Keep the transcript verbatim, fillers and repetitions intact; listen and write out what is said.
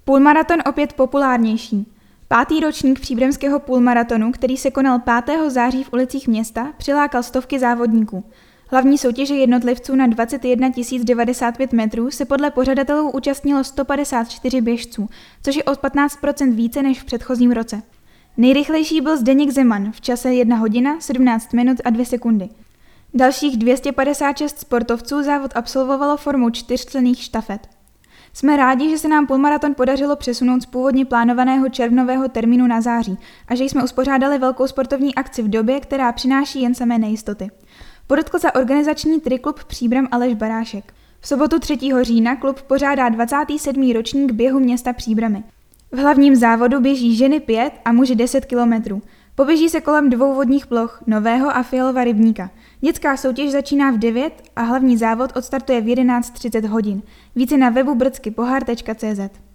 Půlmaraton opět populárnější. Pátý ročník příbramského půlmaratonu, který se konal pátého září v ulicích města, přilákal stovky závodníků. Hlavní soutěže jednotlivců na dvacet jedna tisíc devadesát pět metrů se podle pořadatelů účastnilo sto padesát čtyři běžců, což je o patnáct procent více než v předchozím roce. Nejrychlejší byl Zdeněk Zeman v čase jedna hodina, sedmnáct minut a dvě sekundy. Dalších dvě stě padesát šest sportovců závod absolvovalo formou čtyřčlenných štafet. Jsme rádi, že se nám půlmaraton podařilo přesunout z původně plánovaného červnového termínu na září a že jsme uspořádali velkou sportovní akci v době, která přináší jen samé nejistoty. Podotkl za organizační triklub Příbram Aleš Barášek. V sobotu třetího října klub pořádá dvacátý sedmý ročník běhu města Příbramy. V hlavním závodu běží ženy pět a muži deset kilometrů. Poběží se kolem dvou vodních ploch, Nového a Fialova rybníka. Dětská soutěž začíná v devět a hlavní závod odstartuje v jedenáct třicet hodin. Více na webu brdskypohár tečka cé zet.